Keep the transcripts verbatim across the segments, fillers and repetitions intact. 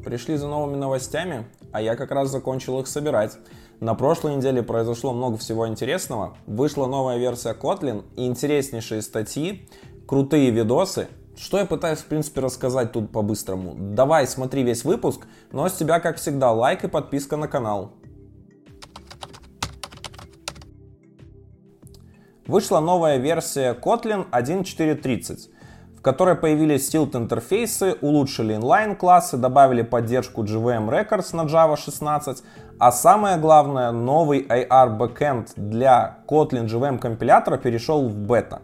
Пришли за новыми новостями, а я как раз закончил их собирать. На прошлой неделе произошло много всего интересного. Вышла новая версия Kotlin и интереснейшие статьи, крутые видосы. Что я пытаюсь, в принципе, рассказать тут по-быстрому. Давай, смотри весь выпуск, но с тебя, как всегда, лайк и подписка на канал. Вышла новая версия Kotlin один точка четыре точка тридцать, в которой появились Tilt интерфейсы, улучшили inline-классы, добавили поддержку джей ви эм Records на Java шестнадцать, а самое главное, новый эй ар backend для Kotlin джей ви эм компилятора перешел в бета.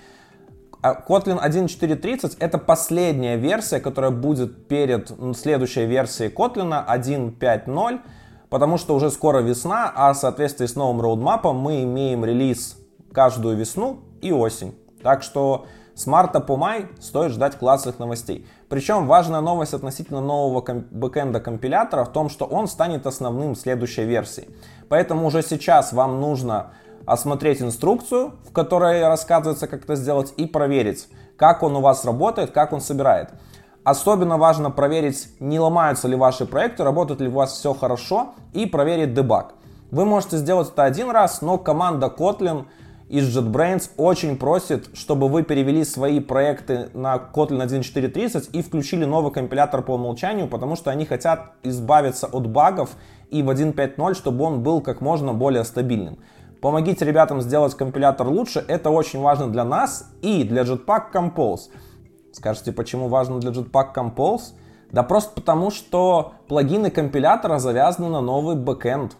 Kotlin один точка четыре точка тридцать это последняя версия, которая будет перед следующей версией Kotlin один точка пять точка ноль, потому что уже скоро весна, а в соответствии с новым роудмапом мы имеем релиз каждую весну и осень. Так что с марта по май стоит ждать классных новостей. Причем важная новость относительно нового ком- бэкэнда компилятора в том, что он станет основным в следующей версии. Поэтому уже сейчас вам нужно осмотреть инструкцию, в которой рассказывается, как это сделать, и проверить, как он у вас работает, как он собирает. Особенно важно проверить, не ломаются ли ваши проекты, работает ли у вас все хорошо, и проверить дебаг. Вы можете сделать это один раз, но команда Kotlin из JetBrains очень просит, чтобы вы перевели свои проекты на Kotlin один точка четыре точка тридцать и включили новый компилятор по умолчанию, потому что они хотят избавиться от багов и в один точка пять точка ноль, чтобы он был как можно более стабильным. Помогите ребятам сделать компилятор лучше, это очень важно для нас и для Jetpack Compose. Скажете, почему важно для Jetpack Compose? Да просто потому, что плагины компилятора завязаны на новый бэкэнд.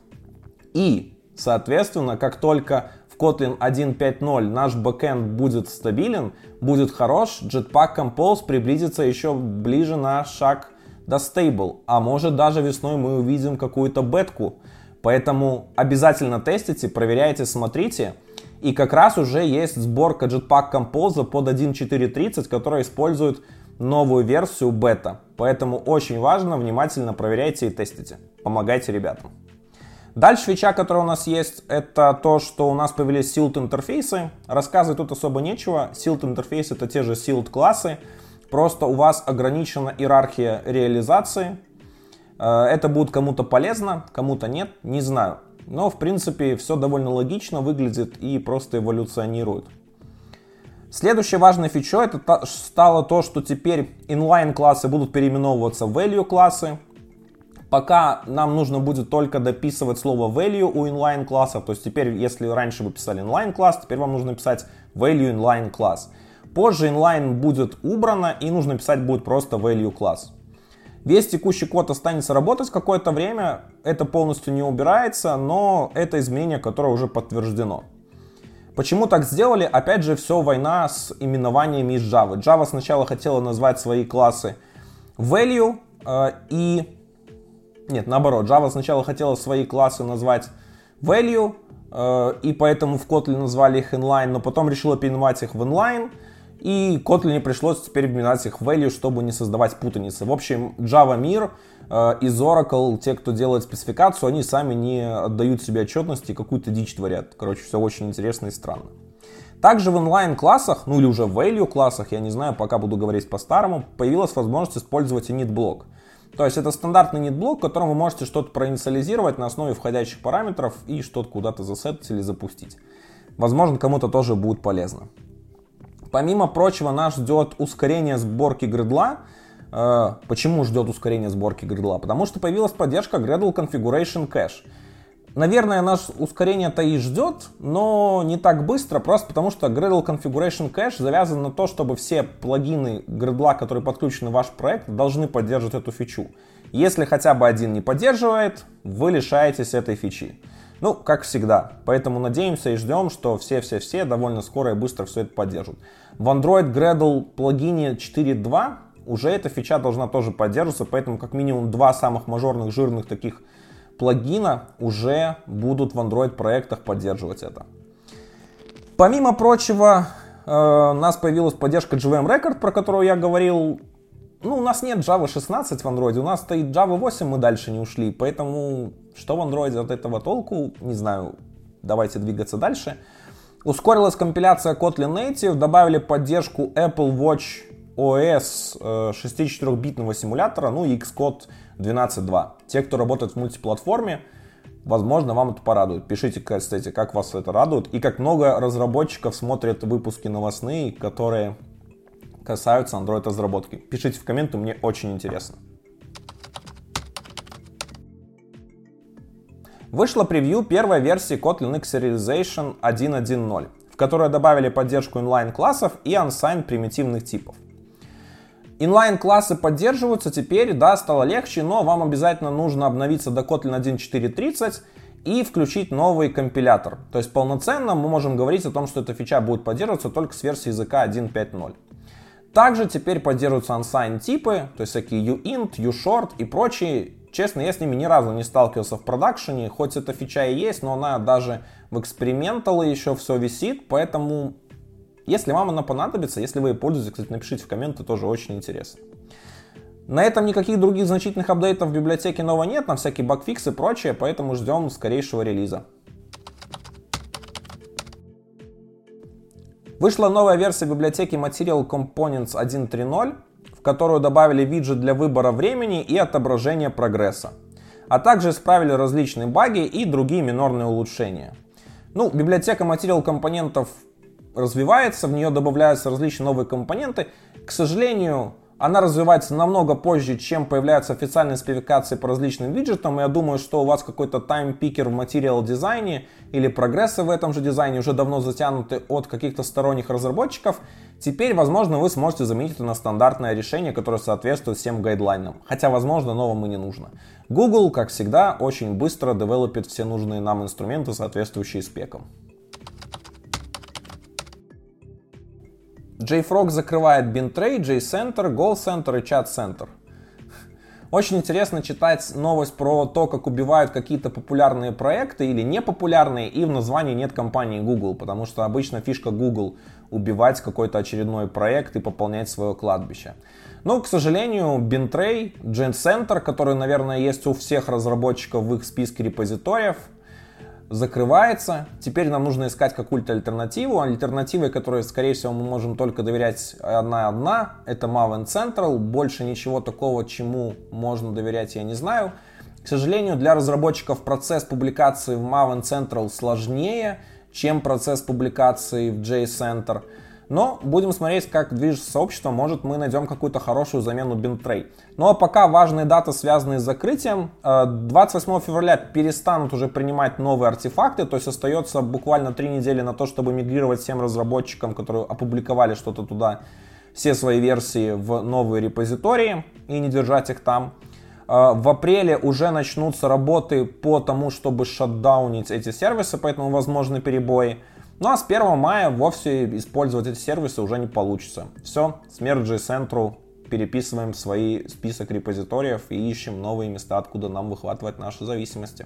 И, соответственно, как только в Kotlin один точка пять точка ноль наш бэкэнд будет стабилен, будет хорош, Jetpack Compose приблизится еще ближе на шаг до stable. А может даже весной мы увидим какую-то бетку. Поэтому обязательно тестите, проверяйте, смотрите. И как раз уже есть сборка Jetpack Compose под один точка четыре точка тридцать, которая использует новую версию бета. Поэтому очень важно, внимательно проверяйте и тестите. Помогайте ребятам. Дальше фича, которая у нас есть, это то, что у нас появились Tilt интерфейсы. Рассказывать тут особо нечего. Tilt интерфейсы это те же Tilt классы. Просто у вас ограничена иерархия реализации. Это будет кому-то полезно, кому-то нет, не знаю. Но в принципе все довольно логично выглядит и просто эволюционирует. Следующей важной фичой это стало то, что теперь inline классы будут переименовываться в value классы. Пока нам нужно будет только дописывать слово value у inline классов. То есть теперь, если раньше вы писали inline класс, теперь вам нужно писать value inline класс. Позже inline будет убрано и нужно писать будет просто value класс. Весь текущий код останется работать какое-то время. Это полностью не убирается, но это изменение, которое уже подтверждено. Почему так сделали? Опять же, все война с именованиями из Java. Java сначала хотела назвать свои классы value э, и... Нет, наоборот, Java сначала хотела свои классы назвать value, э, и поэтому в Kotlin назвали их inline, но потом решила переименовать их в inline, и Kotlin пришлось теперь переименовать их в value, чтобы не создавать путаницы. В общем, Java мир э, из Oracle, те, кто делает спецификацию, они сами не отдают себе отчетности, какую-то дичь творят. Короче, все очень интересно и странно. Также в inline классах, ну или уже в value классах, я не знаю, пока буду говорить по-старому, появилась возможность использовать init-блок. То есть это стандартный init-блок, в котором вы можете что-то проинициализировать на основе входящих параметров и что-то куда-то засетить или запустить. Возможно, кому-то тоже будет полезно. Помимо прочего, нас ждет ускорение сборки гридла. Э, почему ждет ускорение сборки гридла? Потому что появилась поддержка Gradle Configuration Cache. Наверное, наш ускорение-то и ждет, но не так быстро, просто потому что Gradle Configuration Cache завязан на то, чтобы все плагины Gradle, которые подключены в ваш проект, должны поддерживать эту фичу. Если хотя бы один не поддерживает, вы лишаетесь этой фичи. Ну, как всегда. Поэтому надеемся и ждем, что все-все-все довольно скоро и быстро все это поддержат. В Android Gradle плагине четыре точка два уже эта фича должна тоже поддерживаться, поэтому как минимум два самых мажорных, жирных таких плагина уже будут в Android проектах поддерживать это. Помимо прочего, э, у нас появилась поддержка джей ви эм Record, про которую я говорил. Ну, у нас нет Java шестнадцать в Android, у нас стоит Java восемь, мы дальше не ушли, поэтому что в Android от этого толку, не знаю, давайте двигаться дальше. Ускорилась компиляция Kotlin Native, добавили поддержку Apple Watch о эс шестидесятичетырёхбитного симулятора, ну и Xcode двенадцать точка два. Те, кто работает в мультиплатформе, возможно, вам это порадует. Пишите, кстати, как вас это радует и как много разработчиков смотрят выпуски новостные, которые касаются Android-разработки. Пишите в комменты, мне очень интересно. Вышла превью первой версии Kotlin X Serialization один точка один точка ноль, в которой добавили поддержку inline-классов и unsigned примитивных типов. Inline-классы поддерживаются теперь, да, стало легче, но вам обязательно нужно обновиться до Kotlin один точка четыре точка тридцать и включить новый компилятор. То есть полноценно мы можем говорить о том, что эта фича будет поддерживаться только с версии языка один точка пять точка ноль. Также теперь поддерживаются unsigned типы, то есть всякие uint, ushort и прочие. Честно, я с ними ни разу не сталкивался в продакшене, хоть эта фича и есть, но она даже в экспериментале еще все висит, поэтому если вам она понадобится, если вы ей пользуетесь, кстати, напишите в комменты, тоже очень интересно. На этом никаких других значительных апдейтов в библиотеке нового нет, на всякие багфиксы и прочее, поэтому ждем скорейшего релиза. Вышла новая версия библиотеки Material Components один точка три точка ноль, в которую добавили виджет для выбора времени и отображения прогресса, а также исправили различные баги и другие минорные улучшения. Ну, библиотека Material компонентов развивается, в нее добавляются различные новые компоненты. К сожалению, она развивается намного позже, чем появляются официальные спецификации по различным виджетам. Я думаю, что у вас какой-то таймпикер в Material дизайне или прогрессы в этом же дизайне уже давно затянуты от каких-то сторонних разработчиков. Теперь, возможно, вы сможете заменить это на стандартное решение, которое соответствует всем гайдлайнам. Хотя, возможно, новому и не нужно. Google, как всегда, очень быстро девелопит все нужные нам инструменты, соответствующие спекам. JFrog закрывает Bintray, JCenter, GoalCenter и ChatCenter. Очень интересно читать новость про то, как убивают какие-то популярные проекты или непопулярные, и в названии нет компании Google, потому что обычно фишка Google убивать какой-то очередной проект и пополнять свое кладбище. Но, к сожалению, Bintray, JCenter, который, наверное, есть у всех разработчиков в их списке репозиториев, закрывается. Теперь нам нужно искать какую-то альтернативу. Альтернативой, которой, скорее всего, мы можем только доверять одна-одна, это Maven Central. Больше ничего такого, чему можно доверять, я не знаю. К сожалению, для разработчиков процесс публикации в Maven Central сложнее, чем процесс публикации в JCenter. Но будем смотреть, как движется сообщество, может мы найдем какую-то хорошую замену Bintray. Ну а пока важные даты, связанные с закрытием. двадцать восьмого февраля перестанут уже принимать новые артефакты, то есть остается буквально три недели на то, чтобы мигрировать всем разработчикам, которые опубликовали что-то туда, все свои версии в новые репозитории и не держать их там. В апреле уже начнутся работы по тому, чтобы шатдаунить эти сервисы, поэтому возможны перебои. Ну а с первого мая вовсе использовать эти сервисы уже не получится. Все, смерть JCenter, переписываем свой список репозиториев и ищем новые места, откуда нам выхватывать наши зависимости.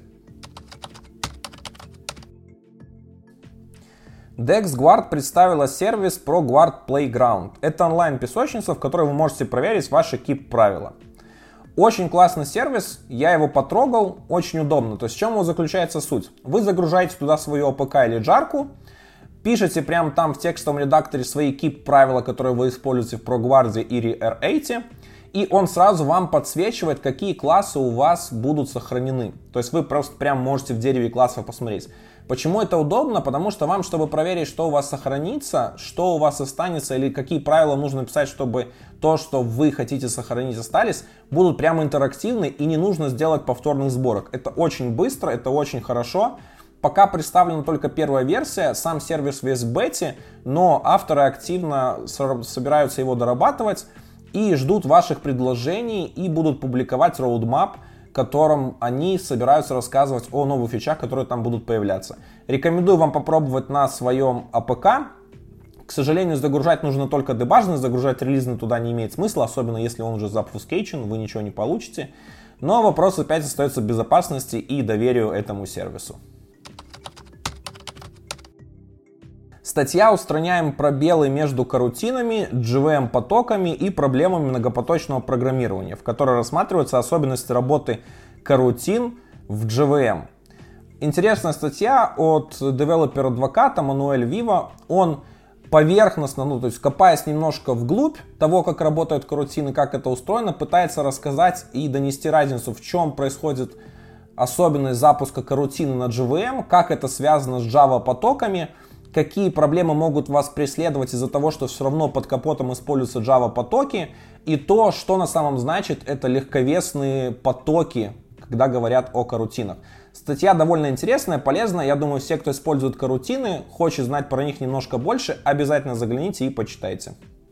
DexGuard представила сервис ProGuard Playground. Это онлайн-песочница, в которой вы можете проверить ваши кип-правила. Очень классный сервис, я его потрогал, очень удобно. То есть в чем его заключается суть? Вы загружаете туда свою эй пи кей или джарку, пишете прямо там в текстовом редакторе свои кип-правила, которые вы используете в ProGuard или эр восемь, и он сразу вам подсвечивает, какие классы у вас будут сохранены. То есть вы просто прям можете в дереве классов посмотреть. Почему это удобно? Потому что вам, чтобы проверить, что у вас сохранится, что у вас останется, или какие правила нужно писать, чтобы то, что вы хотите сохранить, остались, будут прямо интерактивны и не нужно сделать повторных сборок. Это очень быстро, это очень хорошо. Пока представлена только первая версия, сам сервис весь в бете, но авторы активно собираются его дорабатывать и ждут ваших предложений и будут публиковать роудмап, в котором они собираются рассказывать о новых фичах, которые там будут появляться. Рекомендую вам попробовать на своем эй пи кей. К сожалению, загружать нужно только дебажный, загружать релизный туда не имеет смысла, особенно если он уже запускейчен, вы ничего не получите. Но вопрос опять остается безопасности и доверию этому сервису. Статья «Устраняем пробелы между карутинами, джи ви эм-потоками и проблемами многопоточного программирования», в которой рассматриваются особенности работы карутин в джи ви эм. Интересная статья от девелопера-адвоката Мануэль Вива. Он поверхностно, ну, то есть копаясь немножко вглубь того, как работают карутины, как это устроено, пытается рассказать и донести разницу, в чем происходит особенность запуска карутины на джи ви эм, как это связано с Java потоками, какие проблемы могут вас преследовать из-за того, что все равно под капотом используются Java потоки, и то, что на самом значит это легковесные потоки, когда говорят о карутинах. Статья довольно интересная, полезная. Я думаю, все, кто использует карутины, хочет знать про них немножко больше, обязательно загляните и почитайте.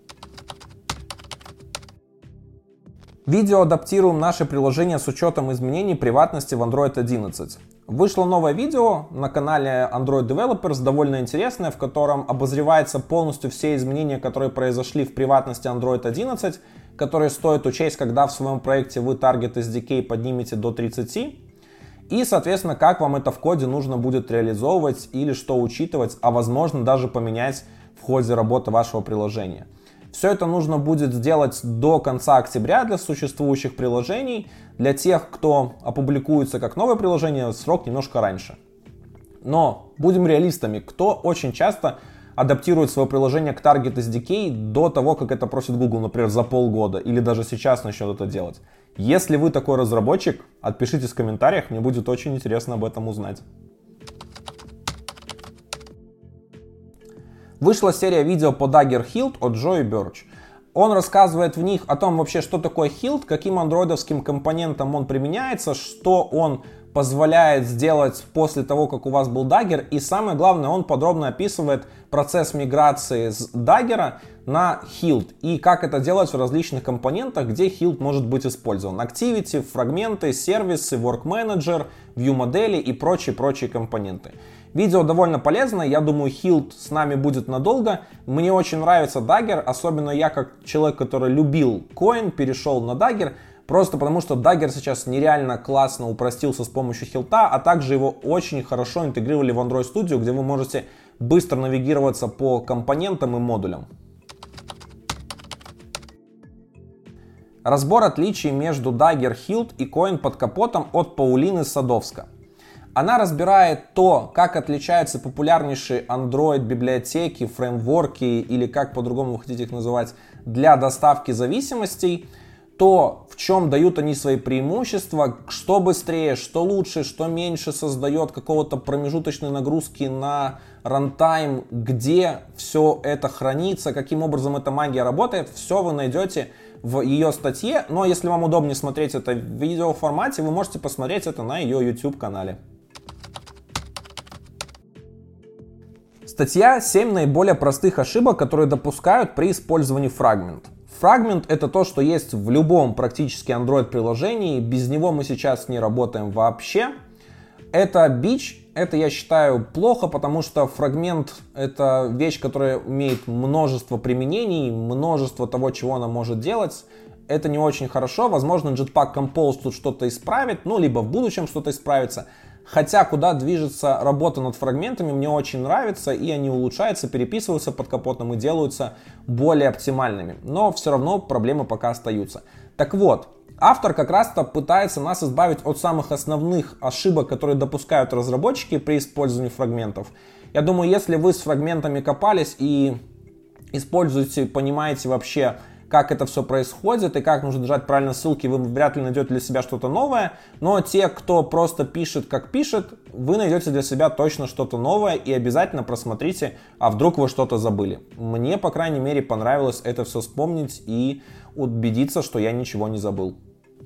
Видео адаптируем наше приложение с учетом изменений приватности в Android одиннадцать. Вышло новое видео на канале Android Developers, довольно интересное, в котором обозревается полностью все изменения, которые произошли в приватности Android одиннадцать, которые стоит учесть, когда в своем проекте вы Target эс ди кей поднимете до тридцати. И, соответственно, как вам это в коде нужно будет реализовывать или что учитывать, а возможно даже поменять в ходе работы вашего приложения. Все это нужно будет сделать до конца октября для существующих приложений. Для тех, кто опубликуется как новое приложение, срок немножко раньше. Но будем реалистами, кто очень часто адаптирует свое приложение к Target эс ди кей до того, как это просит Google, например, за полгода, или даже сейчас начнет это делать. Если вы такой разработчик, отпишитесь в комментариях, мне будет очень интересно об этом узнать. Вышла серия видео по Dagger Hilt от Joey Birch. Он рассказывает в них о том вообще, что такое Hilt, каким андроидовским компонентом он применяется, что он позволяет сделать после того, как у вас был Dagger. И самое главное, он подробно описывает процесс миграции с Dagger на Hilt и как это делать в различных компонентах, где Hilt может быть использован. Activity, фрагменты, сервисы, Work Manager, View модели и прочие-прочие компоненты. Видео довольно полезное, я думаю, Hilt с нами будет надолго. Мне очень нравится Dagger, особенно я как человек, который любил Coin, перешел на Dagger. Просто потому, что Dagger сейчас нереально классно упростился с помощью Hilt, а также его очень хорошо интегрировали в Android Studio, где вы можете быстро навигироваться по компонентам и модулям. Разбор отличий между Dagger, Hilt и Coin под капотом от Паулины Садовска. Она разбирает то, как отличаются популярнейшие Android библиотеки, фреймворки или как по-другому вы хотите их называть, для доставки зависимостей, то, в чем дают они свои преимущества, что быстрее, что лучше, что меньше создает какого-то промежуточной нагрузки на рантайм, где все это хранится, каким образом эта магия работает, все вы найдете в ее статье, но если вам удобнее смотреть это в видеоформате, вы можете посмотреть это на ее YouTube-канале. Статья семь наиболее простых ошибок, которые допускают при использовании фрагмент. Фрагмент — это то, что есть в любом практически Android-приложении, без него мы сейчас не работаем вообще. Это бич, это я считаю плохо, потому что фрагмент — это вещь, которая имеет множество применений, множество того, чего она может делать. Это не очень хорошо, возможно, Jetpack Compose тут что-то исправит, ну, либо в будущем что-то исправится. Хотя, куда движется работа над фрагментами, мне очень нравится, и они улучшаются, переписываются под капотом и делаются более оптимальными. Но все равно проблемы пока остаются. Так вот, автор как раз-то пытается нас избавить от самых основных ошибок, которые допускают разработчики при использовании фрагментов. Я думаю, если вы с фрагментами копались и используете, понимаете вообще, как это все происходит и как нужно держать правильно ссылки, вы вряд ли найдете для себя что-то новое. Но те, кто просто пишет, как пишет, вы найдете для себя точно что-то новое и обязательно просмотрите, а вдруг вы что-то забыли. Мне, по крайней мере, понравилось это все вспомнить и убедиться, что я ничего не забыл.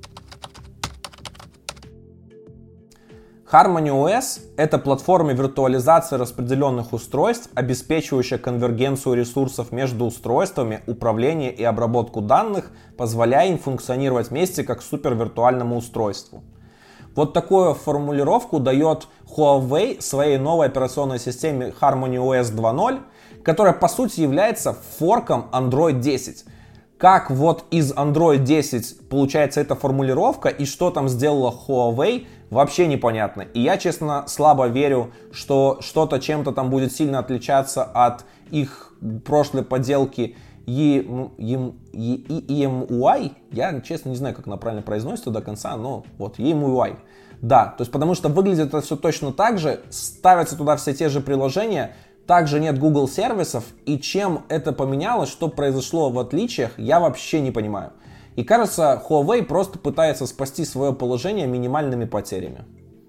HarmonyOS — это платформа виртуализации распределенных устройств, обеспечивающая конвергенцию ресурсов между устройствами, управление и обработку данных, позволяя им функционировать вместе как супервиртуальному устройству. Вот такую формулировку дает Huawei своей новой операционной системе HarmonyOS два ноль, которая по сути является форком Android десять. Как вот из Android десять получается эта формулировка и что там сделала Huawei, вообще непонятно. И я, честно, слабо верю, что что-то чем-то там будет сильно отличаться от их прошлой поделки и эм ю ай. Я, честно, не знаю, как она правильно произносится до конца, но вот и эм ю ай. Да, то есть потому что выглядит это все точно так же, ставятся туда все те же приложения, Также нет Google сервисов, и чем это поменялось, что произошло в отличиях, я вообще не понимаю. И кажется, Huawei просто пытается спасти свое положение минимальными потерями.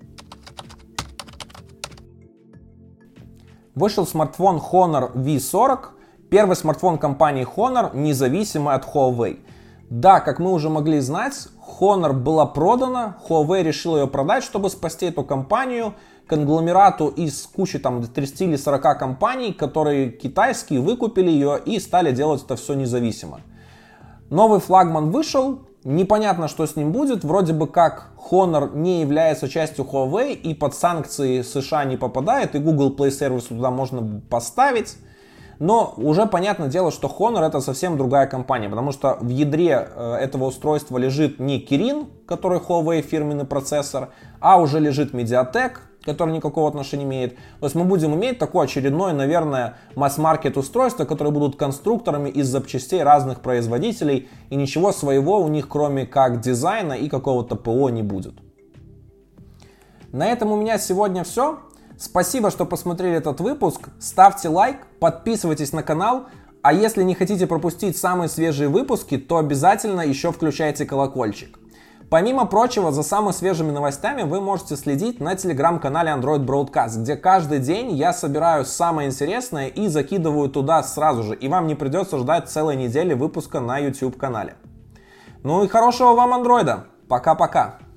Вышел смартфон Honor ви сорок, первый смартфон компании Honor, независимый от Huawei. Да, как мы уже могли знать, Honor была продана, Huawei решил ее продать, чтобы спасти эту компанию, конгломерату из кучи там тридцати или сорока компаний, которые китайские выкупили ее и стали делать это все независимо. Новый флагман вышел, непонятно, что с ним будет, вроде бы как Honor не является частью Huawei и под санкции США не попадает, и Google Play сервис туда можно поставить. Но уже понятное дело, что Honor это совсем другая компания, потому что в ядре э, этого устройства лежит не Kirin, который Huawei фирменный процессор, а уже лежит Mediatek, который никакого отношения не имеет. То есть мы будем иметь такое очередное, наверное, масс-маркет устройство, которые будут конструкторами из запчастей разных производителей, и ничего своего у них, кроме как дизайна и какого-то ПО, не будет. На этом у меня сегодня все. Спасибо, что посмотрели этот выпуск. Ставьте лайк, подписывайтесь на канал. А если не хотите пропустить самые свежие выпуски, то обязательно еще включайте колокольчик. Помимо прочего, за самыми свежими новостями вы можете следить на телеграм-канале Android Broadcast, где каждый день я собираю самое интересное и закидываю туда сразу же. И вам не придется ждать целой недели выпуска на YouTube канале. Ну и хорошего вам андроида. Пока-пока.